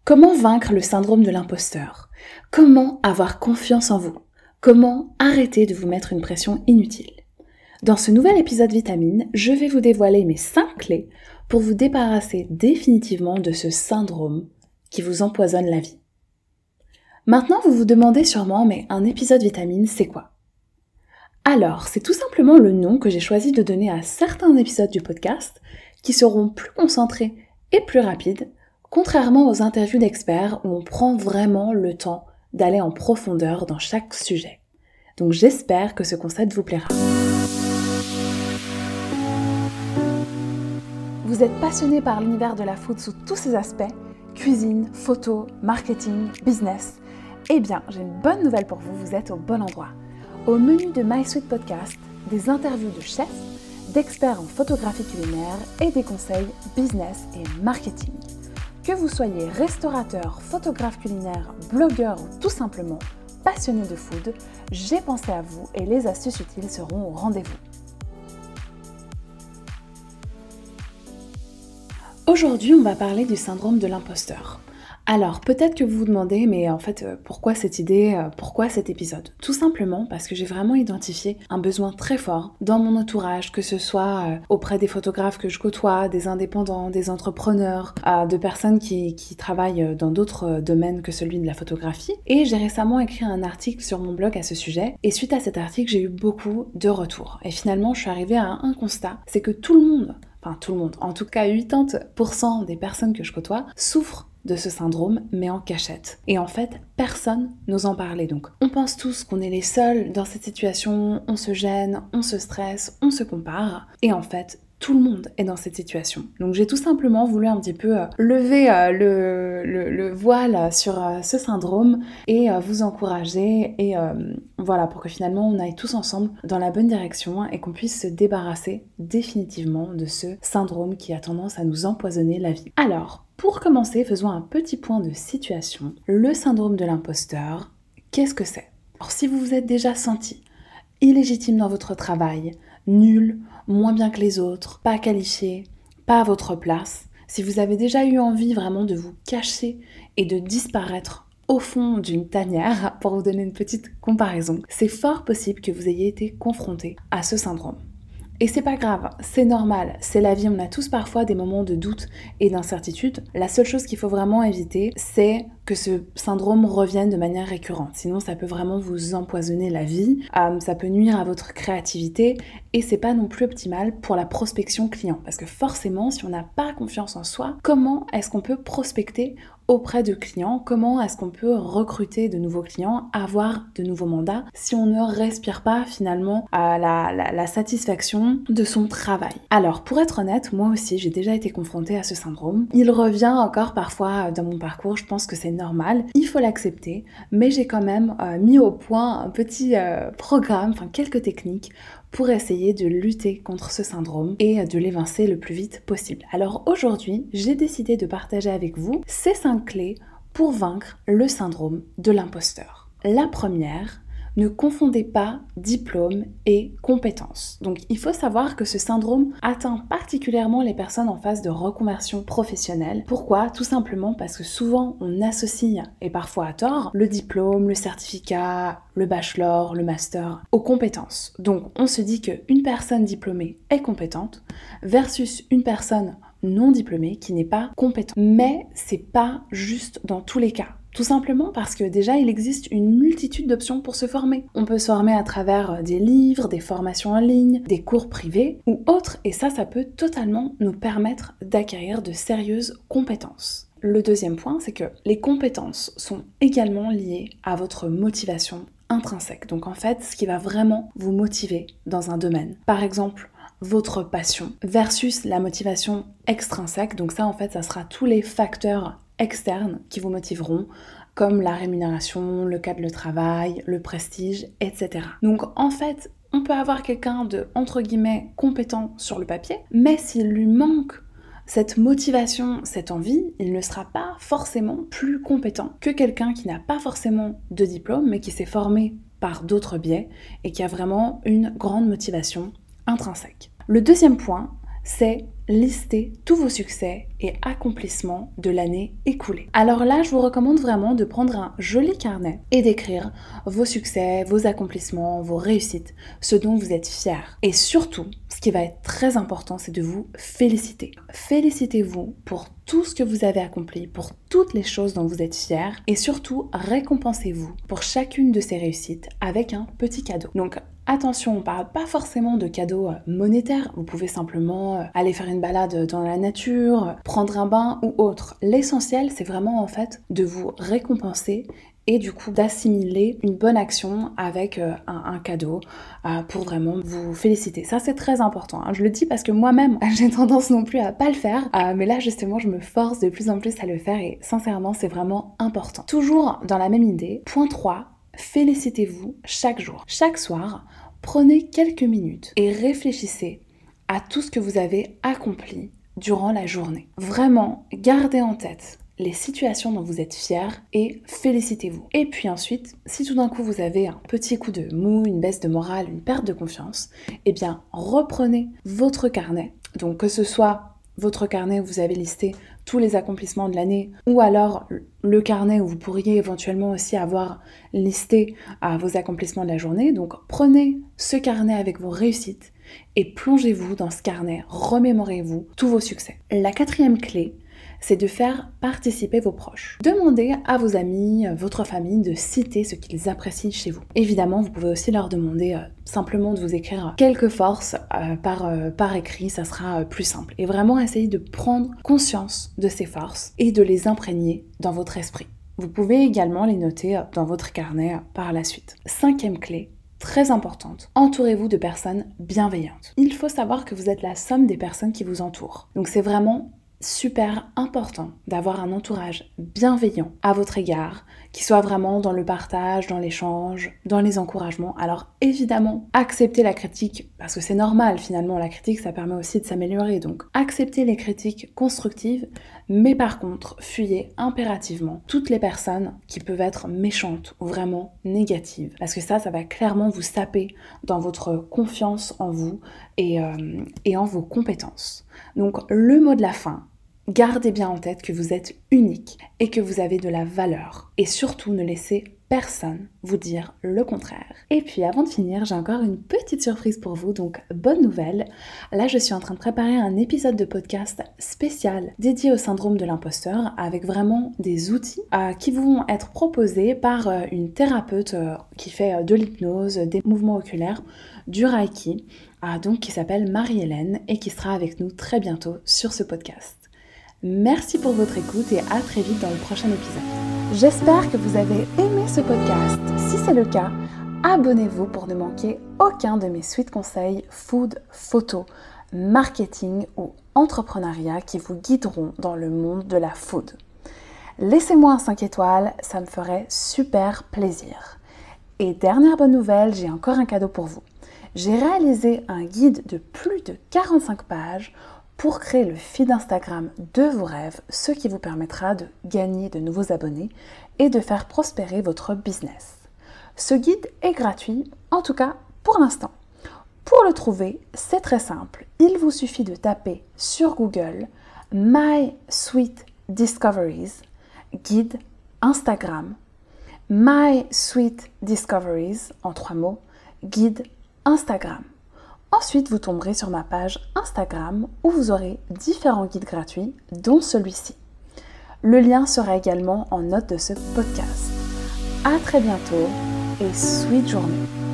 Comment vaincre le syndrome de l'imposteur? Comment avoir confiance en vous? Comment arrêter de vous mettre une pression inutile? Dans ce nouvel épisode Vitamine, je vais vous dévoiler mes 5 clés pour vous débarrasser définitivement de ce syndrome qui vous empoisonne la vie. Maintenant, vous vous demandez sûrement, mais un épisode Vitamine, c'est quoi? Alors, c'est tout simplement le nom que j'ai choisi de donner à certains épisodes du podcast qui seront plus concentrés et plus rapides, contrairement aux interviews d'experts où on prend vraiment le temps d'aller en profondeur dans chaque sujet. Donc j'espère que ce concept vous plaira. Vous êtes passionné par l'univers de la food sous tous ses aspects, cuisine, photo, marketing, business. Eh bien, j'ai une bonne nouvelle pour vous, vous êtes au bon endroit. Au menu de My Sweet Podcast, des interviews de chefs, d'experts en photographie culinaire et des conseils business et marketing. Que vous soyez restaurateur, photographe culinaire, blogueur ou tout simplement passionné de food, j'ai pensé à vous et les astuces utiles seront au rendez-vous. Aujourd'hui, on va parler du syndrome de l'imposteur. Alors, peut-être que vous vous demandez, mais en fait, pourquoi cette idée, pourquoi cet épisode? Tout simplement parce que j'ai vraiment identifié un besoin très fort dans mon entourage, que ce soit auprès des photographes que je côtoie, des indépendants, des entrepreneurs, de personnes qui travaillent dans d'autres domaines que celui de la photographie. Et j'ai récemment écrit un article sur mon blog à ce sujet, et suite à cet article, j'ai eu beaucoup de retours. Et finalement, je suis arrivée à un constat, c'est que tout le monde, en tout cas 80% des personnes que je côtoie, souffrent de ce syndrome, mais en cachette. Et en fait, personne n'ose en parler. Donc, on pense tous qu'on est les seuls dans cette situation, on se gêne, on se stresse, on se compare. Et en fait, tout le monde est dans cette situation. Donc j'ai tout simplement voulu un petit peu lever le voile sur ce syndrome et vous encourager et voilà, pour que finalement on aille tous ensemble dans la bonne direction et qu'on puisse se débarrasser définitivement de ce syndrome qui a tendance à nous empoisonner la vie. Alors, pour commencer, faisons un petit point de situation. Le syndrome de l'imposteur, qu'est-ce que c'est? Alors si vous vous êtes déjà senti illégitime dans votre travail, nul, moins bien que les autres, pas qualifié, pas à votre place, si vous avez déjà eu envie vraiment de vous cacher et de disparaître au fond d'une tanière, pour vous donner une petite comparaison, c'est fort possible que vous ayez été confronté à ce syndrome. Et c'est pas grave, c'est normal, c'est la vie, on a tous parfois des moments de doute et d'incertitude. La seule chose qu'il faut vraiment éviter, c'est que ce syndrome revienne de manière récurrente. Sinon, ça peut vraiment vous empoisonner la vie, ça peut nuire à votre créativité et c'est pas non plus optimal pour la prospection client. Parce que forcément, si on n'a pas confiance en soi, comment est-ce qu'on peut prospecter auprès de clients? Comment est-ce qu'on peut recruter de nouveaux clients, avoir de nouveaux mandats si on ne respire pas finalement la satisfaction de son travail? Alors, pour être honnête, moi aussi, j'ai déjà été confrontée à ce syndrome. Il revient encore parfois dans mon parcours, je pense que c'est normal, il faut l'accepter, mais j'ai quand même mis au point un petit programme, quelques techniques pour essayer de lutter contre ce syndrome et de l'évincer le plus vite possible. Alors aujourd'hui, j'ai décidé de partager avec vous ces 5 clés pour vaincre le syndrome de l'imposteur. La première, ne confondez pas diplôme et compétences. Donc il faut savoir que ce syndrome atteint particulièrement les personnes en phase de reconversion professionnelle. Pourquoi? Tout simplement parce que souvent on associe, et parfois à tort, le diplôme, le certificat, le bachelor, le master aux compétences. Donc on se dit qu'une personne diplômée est compétente versus une personne non diplômée qui n'est pas compétente. Mais c'est pas juste dans tous les cas. Tout simplement parce que déjà, il existe une multitude d'options pour se former. On peut se former à travers des livres, des formations en ligne, des cours privés ou autres, et ça peut totalement nous permettre d'acquérir de sérieuses compétences. Le deuxième point, c'est que les compétences sont également liées à votre motivation intrinsèque. Donc en fait, ce qui va vraiment vous motiver dans un domaine. Par exemple, votre passion versus la motivation extrinsèque. Donc ça, en fait, ça sera tous les facteurs externes qui vous motiveront, comme la rémunération, le cadre de travail, le prestige, etc. Donc en fait, on peut avoir quelqu'un de, entre guillemets, compétent sur le papier, mais s'il lui manque cette motivation, cette envie, il ne sera pas forcément plus compétent que quelqu'un qui n'a pas forcément de diplôme, mais qui s'est formé par d'autres biais et qui a vraiment une grande motivation intrinsèque. Le deuxième point, c'est lister tous vos succès et accomplissements de l'année écoulée. Alors là, je vous recommande vraiment de prendre un joli carnet et d'écrire vos succès, vos accomplissements, vos réussites, ce dont vous êtes fiers. Et surtout, ce qui va être très important, c'est de vous féliciter. Félicitez-vous pour tout ce que vous avez accompli, pour toutes les choses dont vous êtes fiers et surtout, récompensez-vous pour chacune de ces réussites avec un petit cadeau. Donc, attention, on ne parle pas forcément de cadeaux monétaires. Vous pouvez simplement aller faire une balade dans la nature, prendre un bain ou autre. L'essentiel, c'est vraiment en fait de vous récompenser et du coup d'assimiler une bonne action avec un cadeau pour vraiment vous féliciter. Ça, c'est très important. Je le dis parce que moi-même, j'ai tendance non plus à pas le faire. Mais là, justement, je me force de plus en plus à le faire et sincèrement, c'est vraiment important. Toujours dans la même idée, point 3, félicitez-vous chaque jour. Chaque soir, prenez quelques minutes et réfléchissez à tout ce que vous avez accompli durant la journée. Vraiment, gardez en tête les situations dont vous êtes fiers et félicitez-vous. Et puis ensuite, si tout d'un coup vous avez un petit coup de mou, une baisse de morale, une perte de confiance, eh bien reprenez votre carnet. Donc que ce soit votre carnet où vous avez listé tous les accomplissements de l'année ou alors le carnet où vous pourriez éventuellement aussi avoir listé vos accomplissements de la journée. Donc prenez ce carnet avec vos réussites et plongez-vous dans ce carnet, remémorez-vous tous vos succès. La 4e clé, c'est de faire participer vos proches. Demandez à vos amis, votre famille de citer ce qu'ils apprécient chez vous. Évidemment, vous pouvez aussi leur demander simplement de vous écrire quelques forces par écrit, ça sera plus simple. Et vraiment essayer de prendre conscience de ces forces et de les imprégner dans votre esprit. Vous pouvez également les noter dans votre carnet par la suite. 5e clé, très importante, entourez-vous de personnes bienveillantes. Il faut savoir que vous êtes la somme des personnes qui vous entourent. Donc c'est vraiment super important d'avoir un entourage bienveillant à votre égard, qui soit vraiment dans le partage, dans l'échange, dans les encouragements. Alors évidemment, acceptez la critique, parce que c'est normal finalement, la critique ça permet aussi de s'améliorer, donc acceptez les critiques constructives, mais par contre, fuyez impérativement toutes les personnes qui peuvent être méchantes ou vraiment négatives, parce que ça va clairement vous saper dans votre confiance en vous et en vos compétences. Donc le mot de la fin, gardez bien en tête que vous êtes unique et que vous avez de la valeur. Et surtout, ne laissez personne vous dire le contraire. Et puis avant de finir, j'ai encore une petite surprise pour vous, donc bonne nouvelle. Là, je suis en train de préparer un épisode de podcast spécial dédié au syndrome de l'imposteur avec vraiment des outils qui vont être proposés par une thérapeute qui fait de l'hypnose, des mouvements oculaires, du Reiki, donc qui s'appelle Marie-Hélène et qui sera avec nous très bientôt sur ce podcast. Merci pour votre écoute et à très vite dans le prochain épisode. J'espère que vous avez aimé ce podcast. Si c'est le cas, abonnez-vous pour ne manquer aucun de mes suites conseils food, photo, marketing ou entrepreneuriat qui vous guideront dans le monde de la food. Laissez-moi un 5 étoiles, ça me ferait super plaisir. Et dernière bonne nouvelle, j'ai encore un cadeau pour vous. J'ai réalisé un guide de plus de 45 pages pour créer le feed Instagram de vos rêves, ce qui vous permettra de gagner de nouveaux abonnés et de faire prospérer votre business. Ce guide est gratuit, en tout cas pour l'instant. Pour le trouver, c'est très simple. Il vous suffit de taper sur Google « My Sweet Discoveries » guide Instagram, « My Sweet Discoveries » en 3 mots, guide Instagram. Ensuite, vous tomberez sur ma page Instagram où vous aurez différents guides gratuits, dont celui-ci. Le lien sera également en note de ce podcast. À très bientôt et sweet journée.